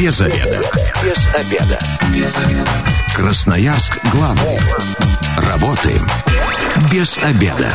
Без обеда. Без обеда. Без обеда. Красноярск главный. Работаем без обеда.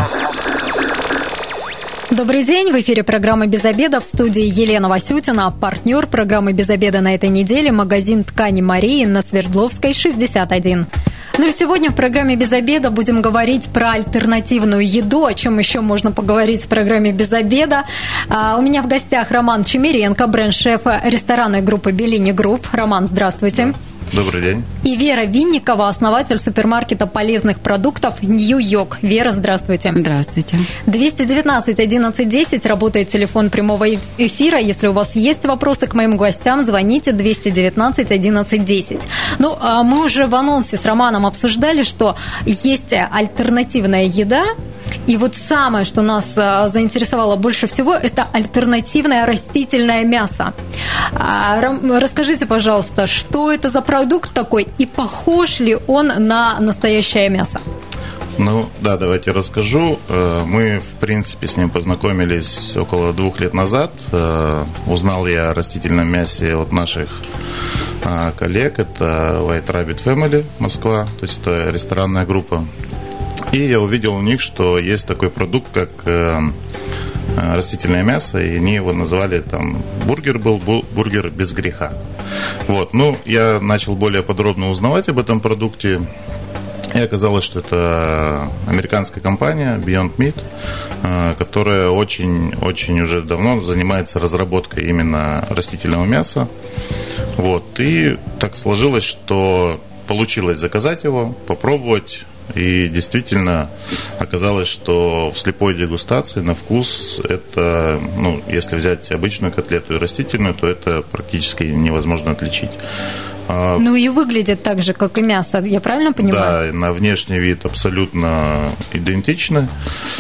Добрый день, в эфире программа «Без обеда», в студии Елена Васютина, партнер программы «Без обеда» на этой неделе, магазин ткани Марии на Свердловской, 61. Ну и сегодня в программе «Без обеда» будем говорить про альтернативную еду, о чем еще можно поговорить в программе «Без обеда». У меня в гостях Роман Чемеренко, бренд-шеф ресторанной группы «Беллини Групп». Роман, здравствуйте. Добрый день. И Вера Винникова, основатель супермаркета полезных продуктов «Нью-Йорк». Вера, здравствуйте. Здравствуйте. 219 11 10 работает телефон прямого эфира. Если у вас есть вопросы к моим гостям, звоните 219 11 10. Ну, мы уже в анонсе с Романом обсуждали, что есть альтернативная еда. И вот самое, что нас заинтересовало больше всего, это альтернативное растительное мясо. Расскажите, пожалуйста, что это за продукт такой и похож ли он на настоящее мясо? Ну, да, давайте расскажу. Мы, в принципе, с ним познакомились около 2 лет назад. Узнал я о растительном мясе от наших коллег. Это White Rabbit Family, Москва, то есть это ресторанная группа. И я увидел у них, что есть такой продукт, как растительное мясо, и они его называли, там, бургер без греха. Вот, ну, я начал более подробно узнавать об этом продукте, и оказалось, что это американская компания Beyond Meat, которая очень уже давно занимается разработкой именно растительного мяса. Вот, и так сложилось, что получилось заказать его, попробовать. И действительно оказалось, что в слепой дегустации на вкус это, ну, если взять обычную котлету и растительную, то это практически невозможно отличить. Ну и выглядит так же, как и мясо, я правильно понимаю? Да, на внешний вид абсолютно идентичны.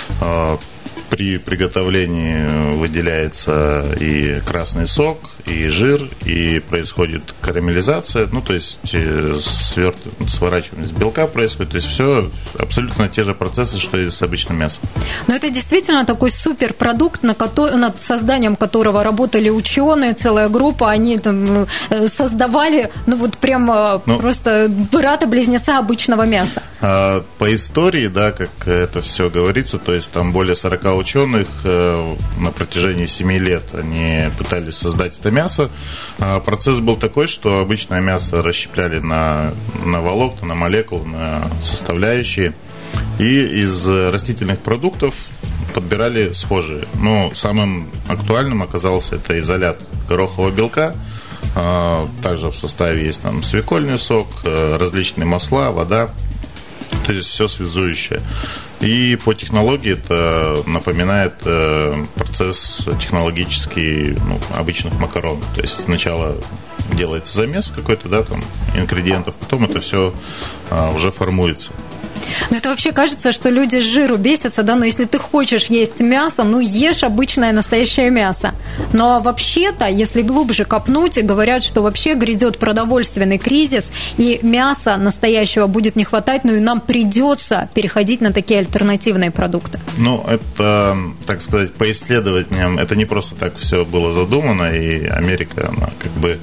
При приготовлении выделяется и красный сок, и жир, и происходит карамелизация, ну, то есть сворачивание белка происходит, то есть все абсолютно те же процессы, что и с обычным мясом. Но это действительно такой суперпродукт, над созданием которого работали ученые, целая группа, они там создавали, ну, вот прям просто брата-близнеца обычного мяса. По истории, да, как это все говорится, то есть там более 40 ученых на протяжении 7 лет они пытались создать это мясо. Процесс был такой, что обычное мясо расщепляли на волокна, на молекулы, на составляющие, и из растительных продуктов подбирали схожие. Но самым актуальным оказался это изолят горохового белка. Также в составе есть там свекольный сок, различные масла, вода. То есть все связующее. И по технологии это напоминает процесс технологический, ну, обычных макарон. То есть сначала делается замес какой-то, да, там, ингредиентов, потом это все уже формуется. Ну, это вообще кажется, что люди с жиру бесятся, да, но если ты хочешь есть мясо, ну, ешь обычное настоящее мясо. Но вообще-то, если глубже копнуть, говорят, что вообще грядет продовольственный кризис, и мяса настоящего будет не хватать, ну, и нам придется переходить на такие альтернативные продукты. Ну, это, так сказать, по исследованиям, это не просто так все было задумано, и Америка, она как бы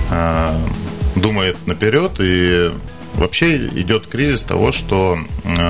думает наперед, и вообще идет кризис того, что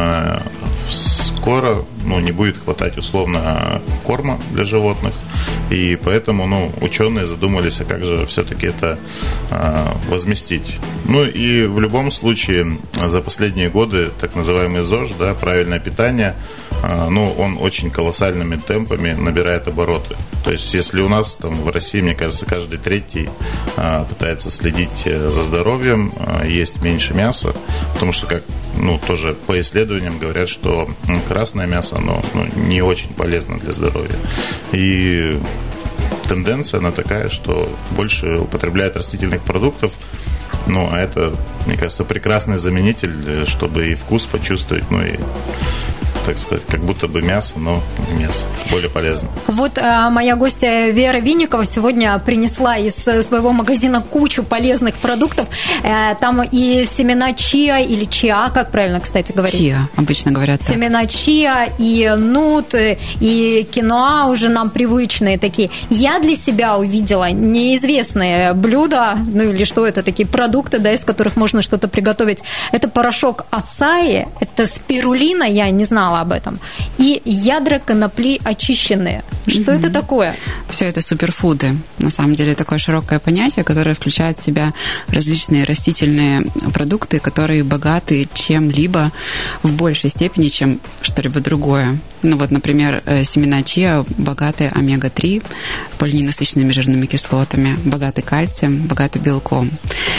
скоро, ну, не будет хватать условно корма для животных, и поэтому, ну, ученые задумались, а как же все-таки это возместить. Ну и в любом случае за последние годы так называемый ЗОЖ, да, правильное питание, ну, он очень колоссальными темпами набирает обороты. То есть, если у нас там в России, мне кажется, каждый третий пытается следить за здоровьем, есть меньше мяса, потому что, как, ну, тоже по исследованиям говорят, что красное мясо, оно, ну, не очень полезно для здоровья. И тенденция, она такая, что больше употребляют растительных продуктов. Ну, а это, мне кажется, прекрасный заменитель, чтобы и вкус почувствовать, ну, и так сказать, как будто бы мясо, но не мясо, более полезно. Вот моя гостья Вера Винникова сегодня принесла из своего магазина кучу полезных продуктов. Там и семена чиа или чиа, как правильно, кстати, говорить? Чиа, обычно говорят так. Семена чиа и нут, и киноа уже нам привычные такие. Я для себя увидела неизвестные блюда, ну или что это, такие продукты, да, из которых можно что-то приготовить. Это порошок асаи, это спирулина, я не знала об этом, и ядра конопли очищенные. Что это такое? Все это суперфуды. На самом деле такое широкое понятие, которое включает в себя различные растительные продукты, которые богаты чем-либо в большей степени, чем что-либо другое. Ну вот, например, семена чиа богаты омега-3, полиненасыщенными жирными кислотами, богаты кальцием, богаты белком.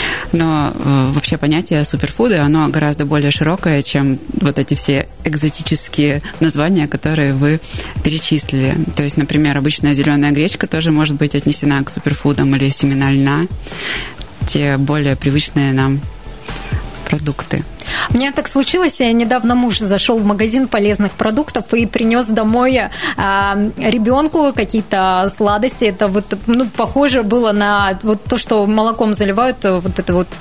Но вообще понятие суперфуды, оно гораздо более широкое, чем вот эти все экзотические названия, которые вы перечислили. То есть, например, обычная зеленая гречка тоже может быть отнесена к суперфудам, или семена льна, те более привычные нам продукты. У меня так случилось, недавно муж зашел в магазин полезных продуктов и принес домой ребенку какие-то сладости. Это вот, ну, похоже было на вот то, что молоком заливают, вот это вот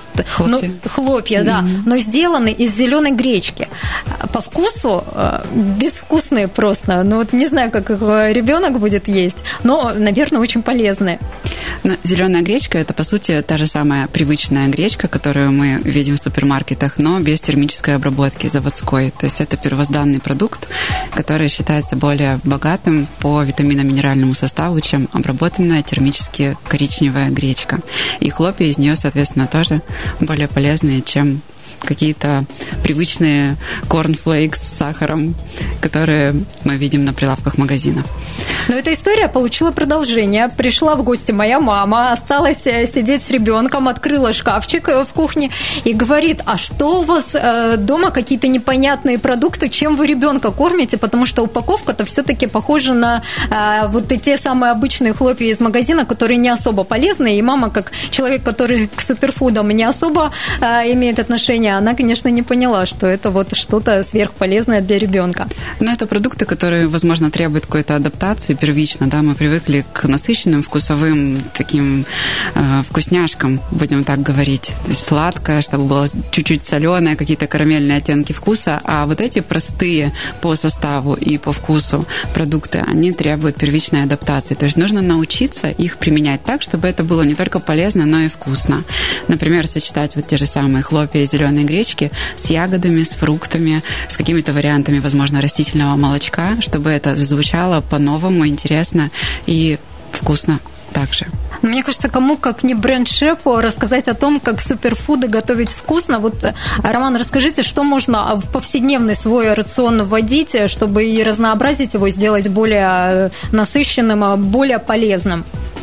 хлопья, да, но сделаны из зеленой гречки. По вкусу безвкусные просто. Ну вот не знаю, как их ребенок будет есть, но, наверное, очень полезные. Но зеленая гречка — это, по сути, та же самая привычная гречка, которую мы видим в супермаркетах, но без термической обработки, заводской. То есть это первозданный продукт, который считается более богатым по витаминно-минеральному составу, чем обработанная термически коричневая гречка. И хлопья из нее, соответственно, тоже более полезные, чем какие-то привычные корнфлейкс с сахаром, которые мы видим на прилавках магазинов. Но эта история получила продолжение. Пришла в гости моя мама, осталась сидеть с ребенком, открыла шкафчик в кухне и говорит: а что у вас дома какие-то непонятные продукты, чем вы ребенка кормите? Потому что упаковка-то все-таки похожа на вот те самые обычные хлопья из магазина, которые не особо полезные. И мама, как человек, который к суперфудам не особо имеет отношение, она, конечно, не поняла, что это вот что-то сверхполезное для ребенка. Но это продукты, которые, возможно, требуют какой-то адаптации первично, да, мы привыкли к насыщенным вкусовым таким вкусняшкам, будем так говорить. То есть сладкое, чтобы было чуть-чуть соленое, какие-то карамельные оттенки вкуса, а вот эти простые по составу и по вкусу продукты, они требуют первичной адаптации. То есть нужно научиться их применять так, чтобы это было не только полезно, но и вкусно. Например, сочетать вот те же самые хлопья и зеленые гречки с ягодами, с фруктами, с какими-то вариантами, возможно, растительного молочка, чтобы это зазвучало по-новому, интересно и вкусно также. Мне кажется, кому, как не бренд-шефу, рассказать о том, как суперфуды готовить вкусно. Вот, Роман, расскажите, что можно в повседневный свой рацион вводить, чтобы и разнообразить его, сделать более насыщенным, более полезным?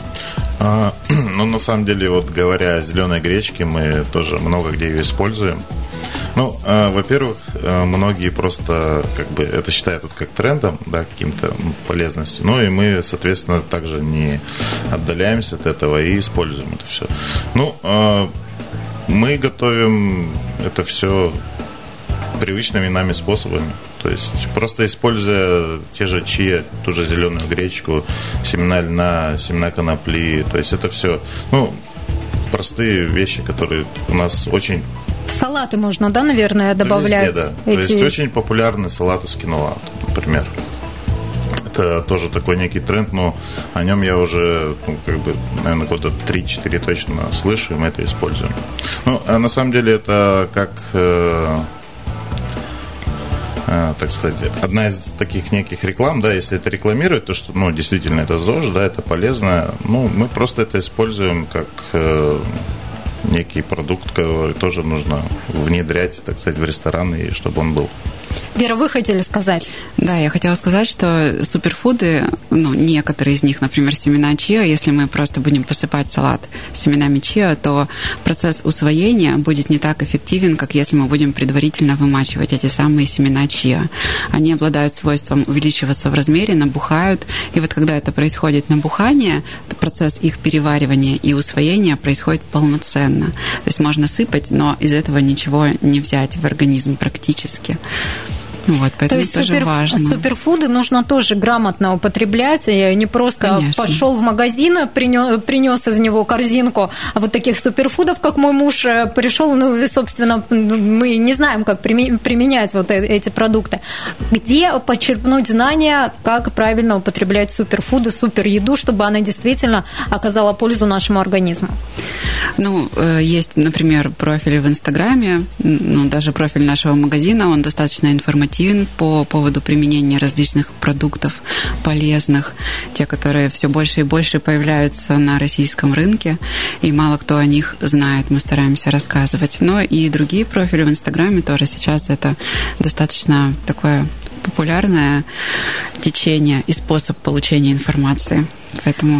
Ну, на самом деле, вот говоря о зеленой гречке, мы тоже много где ее используем. Ну, во-первых, многие просто как бы это считают вот как трендом, да, каким-то полезностью. Ну, и мы, соответственно, также не отдаляемся от этого и используем это все. Ну, мы готовим это все привычными нами способами. То есть просто используя те же чиа, ту же зеленую гречку, семена льна, семена конопли. То есть это все, ну, простые вещи, которые у нас очень... В салаты можно, да, наверное, добавлять? Везде, да. То есть очень популярны салаты с киноа, например. Это тоже такой некий тренд, но о нем я уже, ну, как бы, наверное, года 3-4 точно слышу, и мы это используем. Ну, а на самом деле это как... так сказать, одна из таких неких реклам, да, если это рекламирует, то что, ну, действительно, это ЗОЖ, да, это полезно, ну, мы просто это используем как некий продукт, который тоже нужно внедрять, так сказать, в рестораны, и чтобы он был. Вера, вы хотели сказать? Да, я хотела сказать, что суперфуды, ну, некоторые из них, например, семена чиа, если мы просто будем посыпать салат семенами чиа, то процесс усвоения будет не так эффективен, как если мы будем предварительно вымачивать эти самые семена чиа. Они обладают свойством увеличиваться в размере, набухают, и вот когда это происходит набухание, то процесс их переваривания и усвоения происходит полноценно. То есть можно сыпать, но из этого ничего не взять в организм практически. Вот, поэтому то есть тоже важно. Суперфуды нужно тоже грамотно употреблять, и не просто Конечно. пошел в магазин, принес из него корзинку вот таких суперфудов, как мой муж пришел, и, собственно, мы не знаем, как применять вот эти продукты. Где почерпнуть знания, как правильно употреблять суперфуды, супереду, чтобы она действительно оказала пользу нашему организму? Есть, например, профили в Инстаграме, даже профиль нашего магазина, он достаточно информативен по поводу применения различных продуктов полезных, те, которые все больше и больше появляются на российском рынке, и мало кто о них знает, мы стараемся рассказывать. Но и другие профили в Инстаграме тоже сейчас это достаточно такое популярное течение и способ получения информации. Поэтому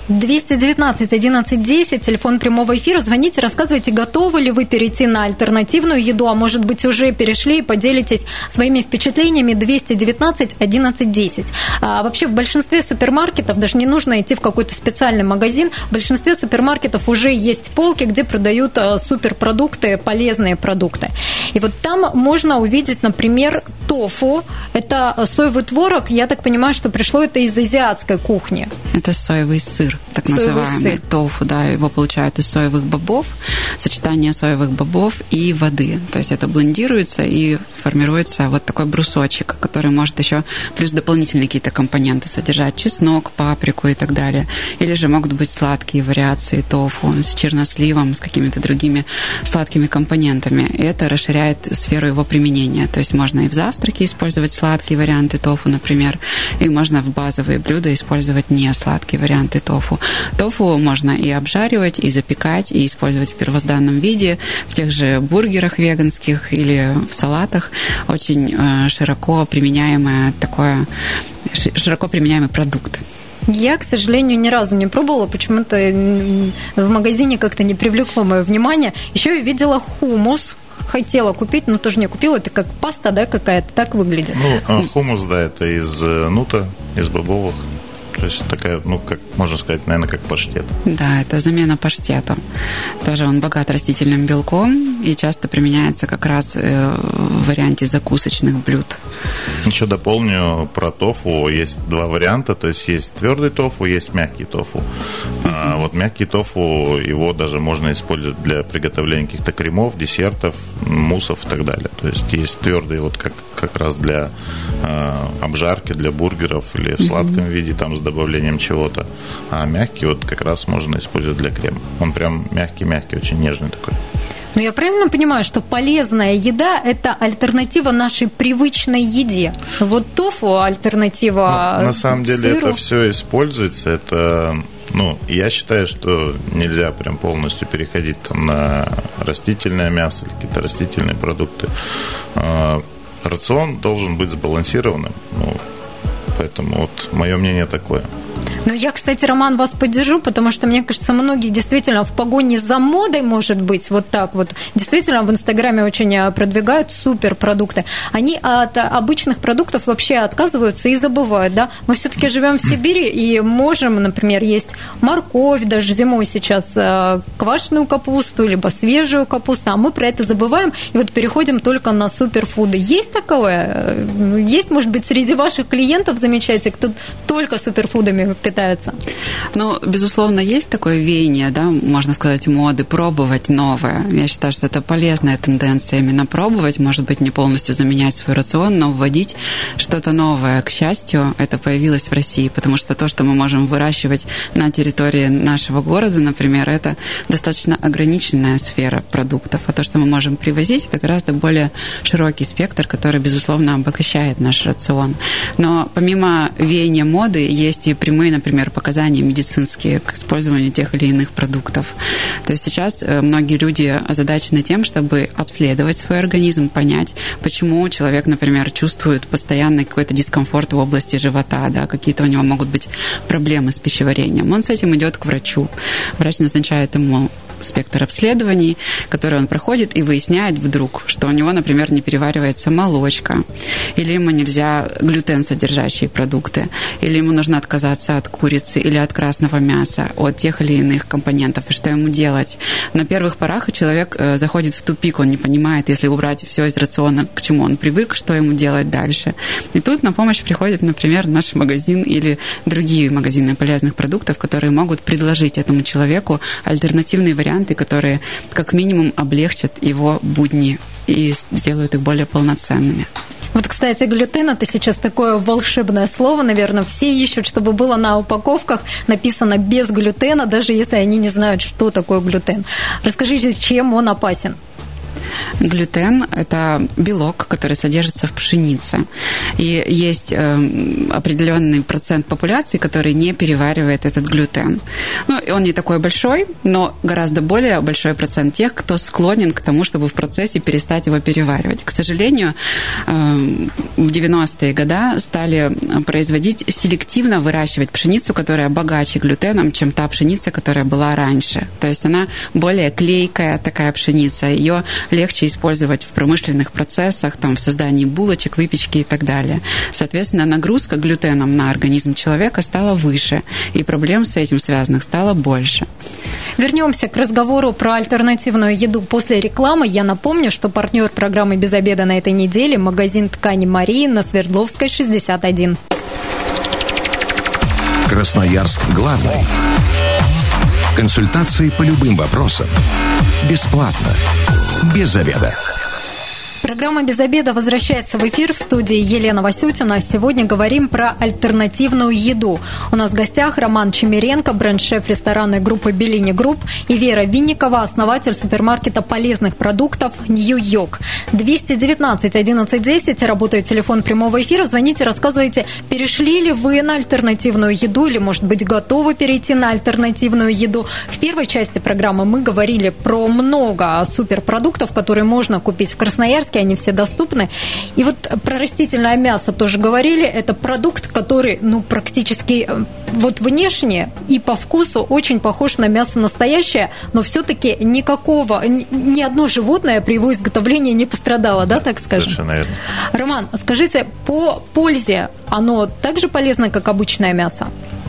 219 11 10, телефон прямого эфира. Звоните, рассказывайте, готовы ли вы перейти на альтернативную еду, а может быть, уже перешли, и поделитесь своими впечатлениями. 219 11 10. Вообще, в большинстве супермаркетов даже не нужно идти в какой-то специальный магазин. В большинстве супермаркетов уже есть полки, где продают суперпродукты, полезные продукты. И вот там можно увидеть, например, тофу. Это соевый творог. Я так понимаю, что пришло это из азиатской кухни. Это соевый сыр, так называемый тофу, да, его получают из соевых бобов, сочетание соевых бобов и воды. То есть это блендируется и формируется вот такой брусочек, который может еще плюс дополнительные какие-то компоненты содержать, чеснок, паприку и так далее. Или же могут быть сладкие вариации тофу с черносливом, с какими-то другими сладкими компонентами. И это расширяет сферу его применения. То есть можно и в завтраке использовать сладкие варианты тофу, например, и можно в базовые блюда использовать не сладкие варианты тофу. Тофу можно и обжаривать, и запекать, и использовать в первозданном виде, в тех же бургерах веганских или в салатах. Очень широко применяемый продукт. Я, к сожалению, ни разу не пробовала, почему-то в магазине как-то не привлекло мое внимание. Еще я видела хумус. Хотела купить, но тоже не купила. Это как паста, да, какая-то, так выглядит. Хумус, да, это из нута, из бобовых. То есть такая, как можно сказать, наверное, как паштет. Да, это замена паштету. Тоже он богат растительным белком и часто применяется как раз в варианте закусочных блюд. Еще дополню про тофу. Есть два варианта. То есть есть твердый тофу, есть мягкий тофу. А вот мягкий тофу, его даже можно использовать для приготовления каких-то кремов, десертов, муссов и так далее. То есть есть твердый вот как раз для обжарки, для бургеров или в сладком виде, там с добавлением чего-то. А мягкий вот как раз можно использовать для крема. Он прям мягкий-мягкий, очень нежный такой. Но я правильно понимаю, что полезная еда – это альтернатива нашей привычной еде? Вот тофу – альтернатива на самом деле сыру. Это все используется. Это, я считаю, что нельзя прям полностью переходить там на растительное мясо или какие-то растительные продукты. Рацион должен быть сбалансированным. Поэтому вот мое мнение такое. Я, кстати, Роман, вас поддержу, потому что, мне кажется, многие действительно в погоне за модой, может быть, вот так вот, действительно в Инстаграме очень продвигают суперпродукты. Они от обычных продуктов вообще отказываются и забывают, да. Мы все-таки живем в Сибири и можем, например, есть морковь, даже зимой сейчас квашеную капусту, либо свежую капусту, а мы про это забываем и вот переходим только на суперфуды. Есть такое? Есть, может быть, среди ваших клиентов, замечаете, кто только суперфудами питаются? Безусловно, есть такое веяние, да, можно сказать, моды, пробовать новое. Я считаю, что это полезная тенденция именно пробовать, может быть, не полностью заменять свой рацион, но вводить что-то новое. К счастью, это появилось в России, потому что то, что мы можем выращивать на территории нашего города, например, это достаточно ограниченная сфера продуктов, а то, что мы можем привозить, это гораздо более широкий спектр, который, безусловно, обогащает наш рацион. Но помимо веяния моды есть и прямые, например, показания медицинские к использованию тех или иных продуктов. То есть сейчас многие люди озадачены тем, чтобы обследовать свой организм, понять, почему человек, например, чувствует постоянный какой-то дискомфорт в области живота, да, какие-то у него могут быть проблемы с пищеварением. Он с этим идет к врачу. Врач назначает ему спектр обследований, который он проходит, и выясняет вдруг, что у него, например, не переваривается молочка, или ему нельзя глютен содержащие продукты, или ему нужно отказаться от курицы или от красного мяса, от тех или иных компонентов, и что ему делать. На первых порах человек заходит в тупик, он не понимает, если убрать все из рациона, к чему он привык, что ему делать дальше. И тут на помощь приходит, например, наш магазин или другие магазины полезных продуктов, которые могут предложить этому человеку альтернативные варианты, которые как минимум облегчат его будни и сделают их более полноценными. Вот, кстати, глютен – это сейчас такое волшебное слово, наверное, все ищут, чтобы было на упаковках написано «без глютена», даже если они не знают, что такое глютен. Расскажите, чем он опасен? Глютен – это белок, который содержится в пшенице. И есть определенный процент популяции, который не переваривает этот глютен. Ну, и он не такой большой, но гораздо более большой процент тех, кто склонен к тому, чтобы в процессе перестать его переваривать. К сожалению, в 90-е годы стали производить, селективно выращивать пшеницу, которая богаче глютеном, чем та пшеница, которая была раньше. То есть она более клейкая такая пшеница. Ее легче использовать в промышленных процессах, там, в создании булочек, выпечки и так далее. Соответственно, нагрузка глютеном на организм человека стала выше, и проблем с этим связанных стало больше. Вернемся к разговору про альтернативную еду после рекламы. Я напомню, что партнер программы «Без обеда» на этой неделе – магазин ткани «Марии» на Свердловской, 61. Красноярск главный. Консультации по любым вопросам. Бесплатно. Без обеда. Программа «Без обеда» возвращается в эфир в студии Елена Васютина. Сегодня говорим про альтернативную еду. У нас в гостях Роман Чемеренко, бренд-шеф ресторанной группы «Беллини Групп», и Вера Винникова, основатель супермаркета полезных продуктов «Нью-Йорк». 219 11 10, работает телефон прямого эфира. Звоните, рассказывайте, перешли ли вы на альтернативную еду или, может быть, готовы перейти на альтернативную еду. В первой части программы мы говорили про много суперпродуктов, которые можно купить в Красноярске. Они все доступны. И вот про растительное мясо тоже говорили. Это продукт, который, практически вот внешне и по вкусу очень похож на мясо настоящее, но все-таки ни одно животное при его изготовлении не пострадало, да, так скажем? Совершенно верно. Роман, скажите, по пользе оно так же полезно, как обычное мясо?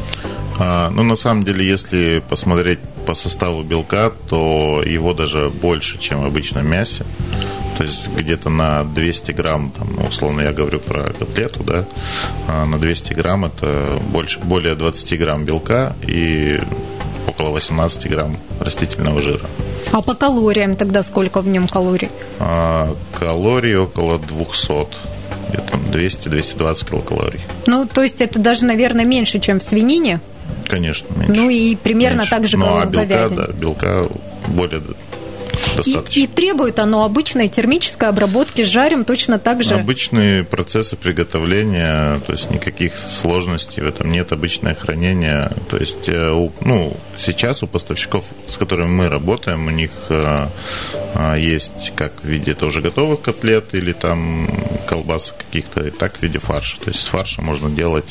На самом деле, если посмотреть по составу белка, то его даже больше, чем в обычном мясе. То есть где-то на 200 грамм, условно я говорю про котлету, да, на 200 грамм это более 20 грамм белка и около 18 грамм растительного жира. А по калориям тогда сколько в нем калорий? Калорий около 200. Где-то 200-220 килокалорий. То есть это даже, наверное, меньше, чем в свинине? Конечно, меньше. И примерно меньше. Так же, как в говядине. Белка более достаточно. И требует оно обычной термической обработки, жарим точно так же? Обычные процессы приготовления, то есть никаких сложностей в этом нет, обычное хранение. То есть, сейчас у поставщиков, с которыми мы работаем, у них есть как в виде тоже готовых котлет или там колбасок каких-то, и так в виде фарша. То есть из фарша можно делать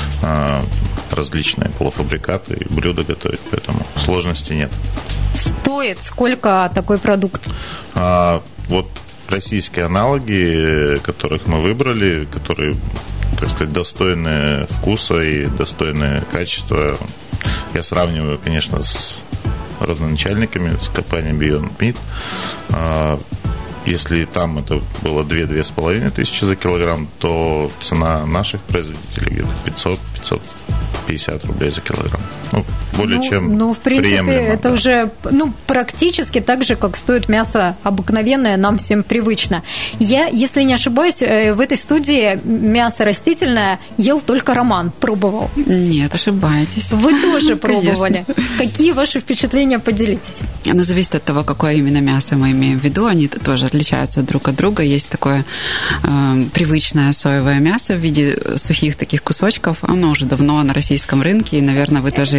различные полуфабрикаты и блюда готовить, поэтому сложностей нет. Стоит сколько такой продукт? Вот российские аналоги, которых мы выбрали, которые, так сказать, достойны вкуса и достойны качества, я сравниваю, конечно, с родоначальниками, с компанией Beyond Meat. Если там это было 2-2,5 тысячи за килограмм, то цена наших производителей где-то 500-550 рублей за килограмм. Более чем в принципе, приемлемо. Это уже практически так же, как стоит мясо обыкновенное, нам всем привычно. Я, если не ошибаюсь, в этой студии мясо растительное ел только Роман, пробовал. Нет, ошибаетесь. Вы тоже пробовали. Какие ваши впечатления, поделитесь? Оно зависит от того, какое именно мясо мы имеем в виду. Они тоже отличаются друг от друга. Есть такое привычное соевое мясо в виде сухих таких кусочков. Оно уже давно на российском рынке, и, наверное, вы тоже его видели.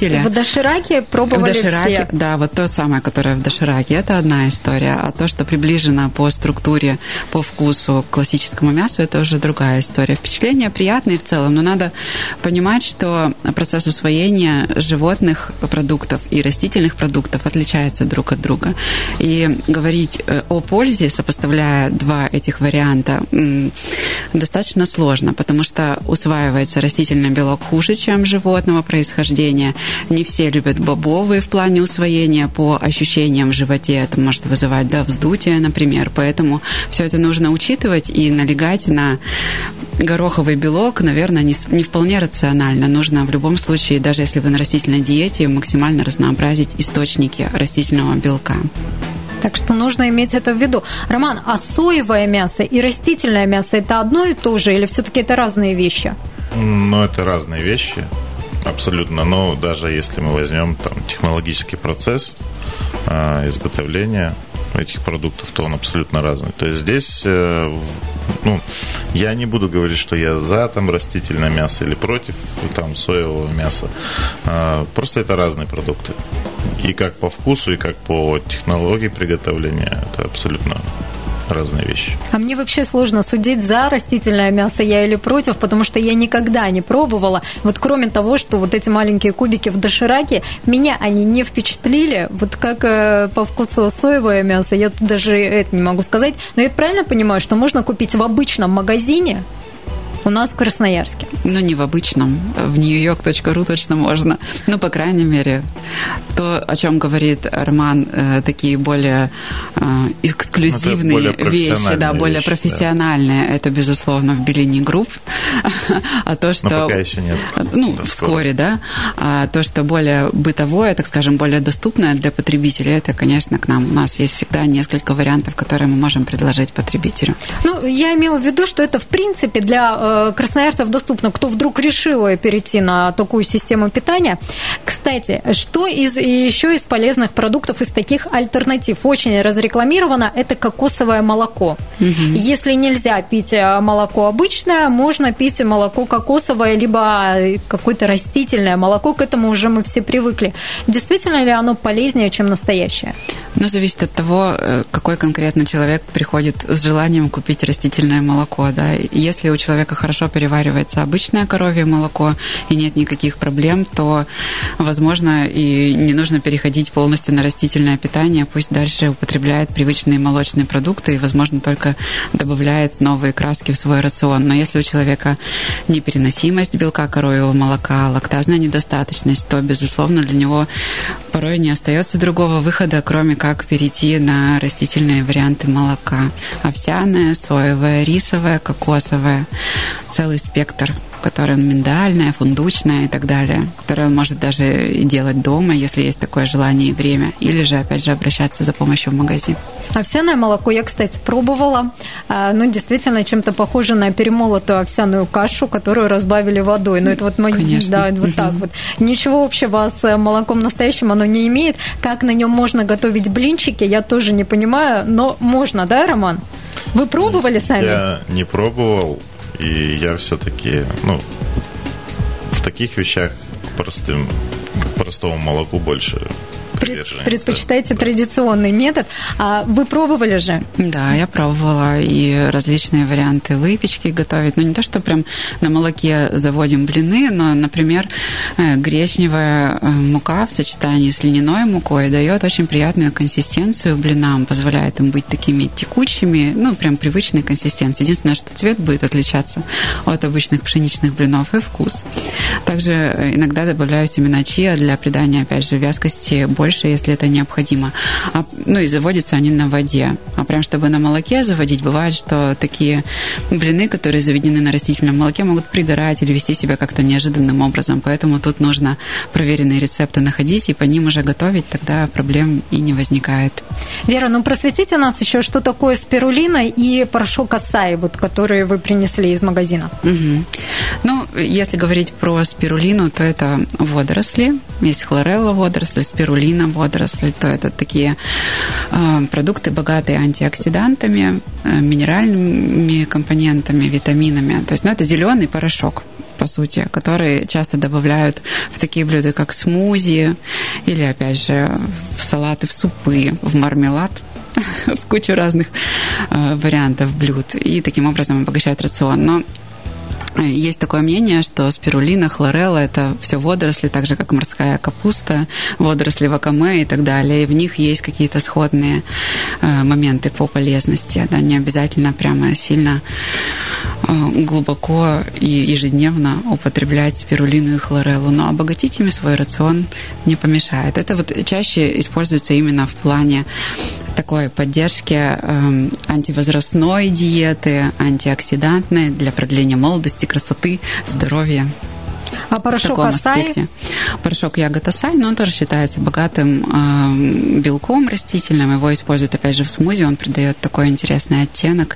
деле... В дошираке пробовали все. Да, вот то самое, которое в дошираке, это одна история. А то, что приближено по структуре, по вкусу к классическому мясу, это уже другая история. Впечатления приятные в целом, но надо понимать, что процесс усвоения животных продуктов и растительных продуктов отличается друг от друга. И говорить о пользе, сопоставляя два этих варианта, достаточно сложно, потому что усваивается растительный белок хуже, чем животного происхождения. Не все любят бобовые в плане усвоения. По ощущениям в животе это может вызывать вздутие, например. Поэтому все это нужно учитывать, и налегать на гороховый белок, наверное, не вполне рационально. Нужно в любом случае, даже если вы на растительной диете, максимально разнообразить источники растительного белка. Так что нужно иметь это в виду. Роман, а соевое мясо и растительное мясо – это одно и то же, или все-таки это разные вещи? Ну, это разные вещи, абсолютно. Но даже если мы возьмем там технологический процесс изготовления этих продуктов, то он абсолютно разный. То есть здесь, я не буду говорить, что я за там растительное мясо или против там соевого мяса. Просто это разные продукты. И как по вкусу, и как по технологии приготовления, это абсолютно разные вещи. А мне вообще сложно судить, за растительное мясо я или против, потому что я никогда не пробовала. Вот кроме того, что вот эти маленькие кубики в дошираке, меня они не впечатлили. Вот как по вкусу соевое мясо, я даже это не могу сказать. Но я правильно понимаю, что можно купить в обычном магазине у нас в Красноярске? Ну, не в обычном. В newyork.ru точно можно. Ну, по крайней мере, то, о чем говорит Роман, такие более эксклюзивные вещи, более профессиональные, да. Это, безусловно, в Bellini Group. А то, что... Но пока еще нет. Ну, вскоре, да. А то, что более бытовое, так скажем, более доступное для потребителей, это, конечно, к нам. У нас есть всегда несколько вариантов, которые мы можем предложить потребителю. Ну, я имела в виду, что это, в принципе, для красноярцев доступно, кто вдруг решил перейти на такую систему питания. Кстати, что еще из полезных продуктов, из таких альтернатив очень разрекламировано, это кокосовое молоко. Угу. Если нельзя пить молоко обычное, можно пить молоко кокосовое, либо какое-то растительное молоко, к этому уже мы все привыкли. Действительно ли оно полезнее, чем настоящее? Ну, зависит от того, какой конкретно человек приходит с желанием купить растительное молоко. Да? Если у человека хорошо переваривается обычное коровье молоко и нет никаких проблем, то, возможно, и не нужно переходить полностью на растительное питание. Пусть дальше употребляет привычные молочные продукты и, возможно, только добавляет новые краски в свой рацион. Но если у человека непереносимость белка коровьего молока, лактазная недостаточность, то, безусловно, для него порой не остается другого выхода, кроме как перейти на растительные варианты молока. Овсяное, соевое, рисовое, кокосовое. Целый спектр, который миндальное, фундучное и так далее, которое он может даже и делать дома, если есть такое желание и время, или же, опять же, обращаться за помощью в магазин. Овсяное молоко я, кстати, пробовала. Ну, действительно, чем-то похоже на перемолотую овсяную кашу, которую разбавили водой. Но это вот да, вот так вот. Ничего общего с молоком настоящим оно не имеет. Как на нем можно готовить блинчики, я тоже не понимаю, но можно, да, Роман? Вы пробовали сами? Я не пробовал. И я все-таки, в таких вещах к простому молоку больше придерживаюсь. Предпочитаете традиционный метод. А вы пробовали же? Да, я пробовала и различные варианты выпечки готовить. Ну, не то, что прям на молоке заводим блины, но, например, гречневая мука в сочетании с льняной мукой дает очень приятную консистенцию блинам, позволяет им быть такими текучими, прям привычной консистенции. Единственное, что цвет будет отличаться от обычных пшеничных блинов и вкус. Также иногда добавляю семена чиа для придания, опять же, вязкости больше, если это необходимо. И заводятся они на воде. А прям чтобы на молоке заводить, бывает, что такие блины, которые заведены на растительном молоке, могут пригорать или вести себя как-то неожиданным образом. Поэтому тут нужно проверенные рецепты находить и по ним уже готовить, тогда проблем и не возникает. Вера, просветите нас еще, что такое спирулина и порошок ассаи, которые вы принесли из магазина. Угу. Если говорить про спирулину, то это водоросли. Есть хлорелла водоросли, спирулина водоросли, то это такие продукты, богатые антиоксидантами, минеральными компонентами, витаминами. То есть, это зеленый порошок. по сути, которые часто добавляют в такие блюда, как смузи или, опять же, в салаты, в супы, в мармелад, в кучу разных вариантов блюд, и таким образом обогащают рацион. Но есть такое мнение, что спирулина, хлорелла – это все водоросли, так же, как морская капуста, водоросли вакаме и так далее. И в них есть какие-то сходные моменты по полезности. Да, не обязательно прямо сильно глубоко и ежедневно употреблять спирулину и хлореллу, но обогатить ими свой рацион не помешает. Это вот чаще используется именно в плане такой поддержки антивозрастной диеты, антиоксидантной для продления молодости, красоты, здоровья. А порошок асай? Порошок ягод асай, но он тоже считается богатым белком растительным. Его используют, опять же, в смузи. Он придает такой интересный оттенок,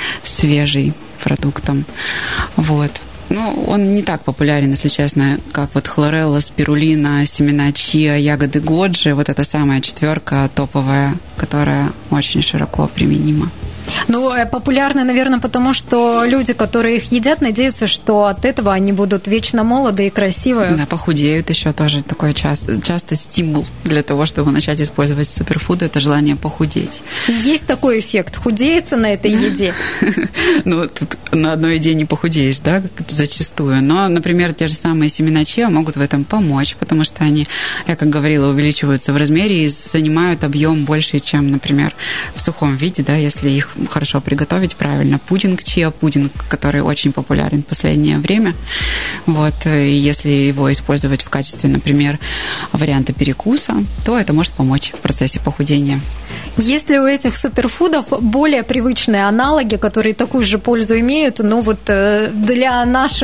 свежий продуктам. Вот. Ну, он не так популярен, если честно, как вот хлорелла, спирулина, семена чиа, ягоды годжи. Вот это самая четверка топовая, которая очень широко применима. Ну, популярны, наверное, потому что люди, которые их едят, надеются, что от этого они будут вечно молоды и красивые. Да, похудеют еще тоже. Такой часто стимул для того, чтобы начать использовать суперфуды, это желание похудеть. Есть такой эффект. Худеется на этой еде? Ну, тут на одной еде не похудеешь, да, зачастую. Но, например, те же самые семена чиа могут в этом помочь, потому что они, я как говорила, увеличиваются в размере и занимают объем больше, чем, например, в сухом виде, да, если их хорошо приготовить правильно. Пудинг чиа, пудинг, который очень популярен в последнее время. Вот. И если его использовать в качестве, например, варианта перекуса, то это может помочь в процессе похудения. Есть ли у этих суперфудов более привычные аналоги, которые такую же пользу имеют, но вот для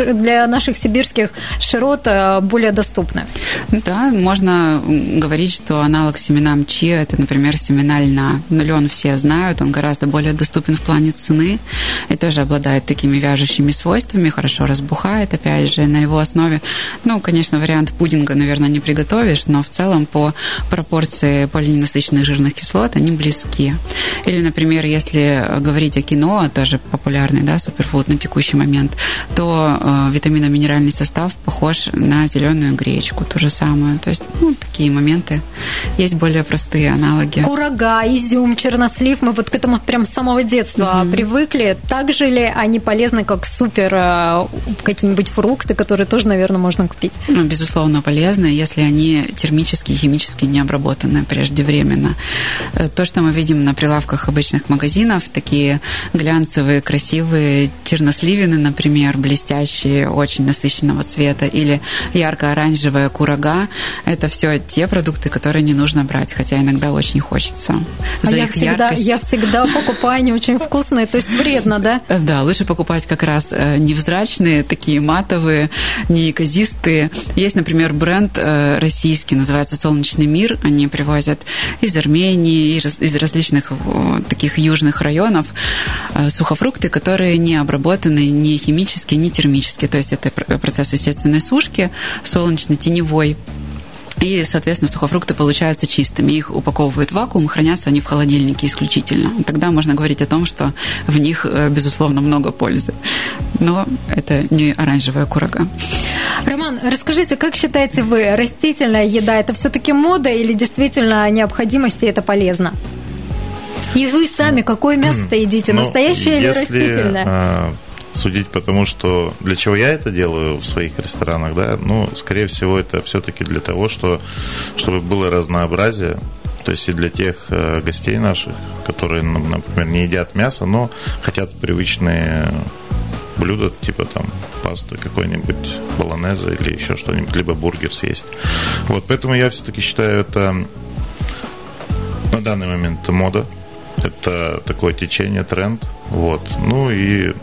наших сибирских широт более доступны? Да, можно говорить, что аналог семенам чиа – это, например, семена льна. Лен все знают, он гораздо более доступен в плане цены и тоже обладает такими вяжущими свойствами, хорошо разбухает, опять же, на его основе. Ну, конечно, вариант пудинга, наверное, не приготовишь, но в целом по пропорции полиненасыщенных жирных кислот они близки. Или, например, если говорить о киноа, тоже популярный, да, суперфуд на текущий момент, то витаминно-минеральный состав похож на зеленую гречку, ту же самую. То есть, ну, такие моменты. Есть более простые аналоги. Курага, изюм, чернослив, мы вот к этому прям с самого детства привыкли. Также ли они полезны, как супер какие-нибудь фрукты, которые тоже, наверное, можно купить? Ну, безусловно, полезны, если они термически, химически не обработаны преждевременно. То, что мы видим на прилавках обычных магазинов, такие глянцевые, красивые черносливины, например, блестящие, очень насыщенного цвета, или ярко-оранжевая курага, это все те продукты, которые не нужно брать, хотя иногда очень хочется. Я всегда покупаю не очень вкусные, то есть вредно, да? Да, лучше покупать как раз невзрачные, такие матовые, неказистые. Есть, например, бренд российский, называется «Солнечный мир». Они привозят из Армении, из различных таких южных районов сухофрукты, которые не обработаны ни химически, ни термически. То есть это процесс естественной сушки, солнечный, теневой. И, соответственно, сухофрукты получаются чистыми. Их упаковывают в вакуум, хранятся они в холодильнике исключительно. Тогда можно говорить о том, что в них, безусловно, много пользы. Но это не оранжевая курага. Роман, расскажите, как считаете вы, растительная еда – это все-таки мода или действительно необходимость и это полезно? И вы сами какое мясо-то едите, настоящее или растительное? Судить по тому, что для чего я это делаю в своих ресторанах, да, ну, скорее всего, это все-таки для того, чтобы было разнообразие, то есть и для тех гостей наших, которые, например, не едят мясо, но хотят привычные блюда, типа там пасты какой-нибудь, болонеза или еще что-нибудь, либо бургер съесть. Вот, поэтому я все-таки считаю, это на данный момент это мода, это такое течение, тренд, вот, ну и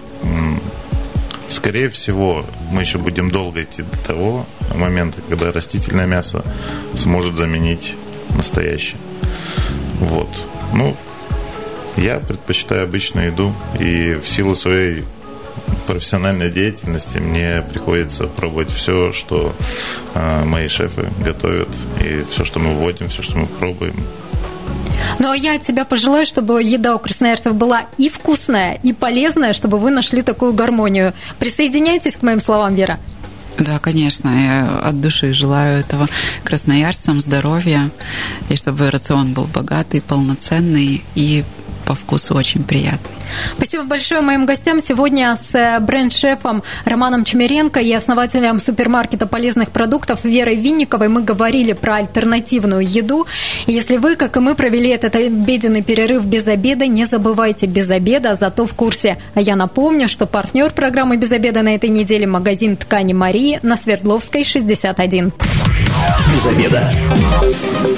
скорее всего, мы еще будем долго идти до того момента, когда растительное мясо сможет заменить настоящее. Вот. Ну, я предпочитаю обычную еду, и в силу своей профессиональной деятельности мне приходится пробовать все, что мои шефы готовят, и все, что мы вводим, все, что мы пробуем. Ну, а я от себя пожелаю, чтобы еда у красноярцев была и вкусная, и полезная, чтобы вы нашли такую гармонию. Присоединяйтесь к моим словам, Вера? Да, конечно. Я от души желаю этого красноярцам здоровья, и чтобы рацион был богатый, полноценный и по вкусу очень приятный. Спасибо большое моим гостям. Сегодня с бренд-шефом Романом Чемеренко и основателем супермаркета полезных продуктов Верой Винниковой мы говорили про альтернативную еду. И если вы, как и мы, провели этот обеденный перерыв без обеда, не забывайте без обеда, зато в курсе. А я напомню, что партнер программы «Без обеда» на этой неделе – магазин ткани Марии на Свердловской, 61. Без обеда.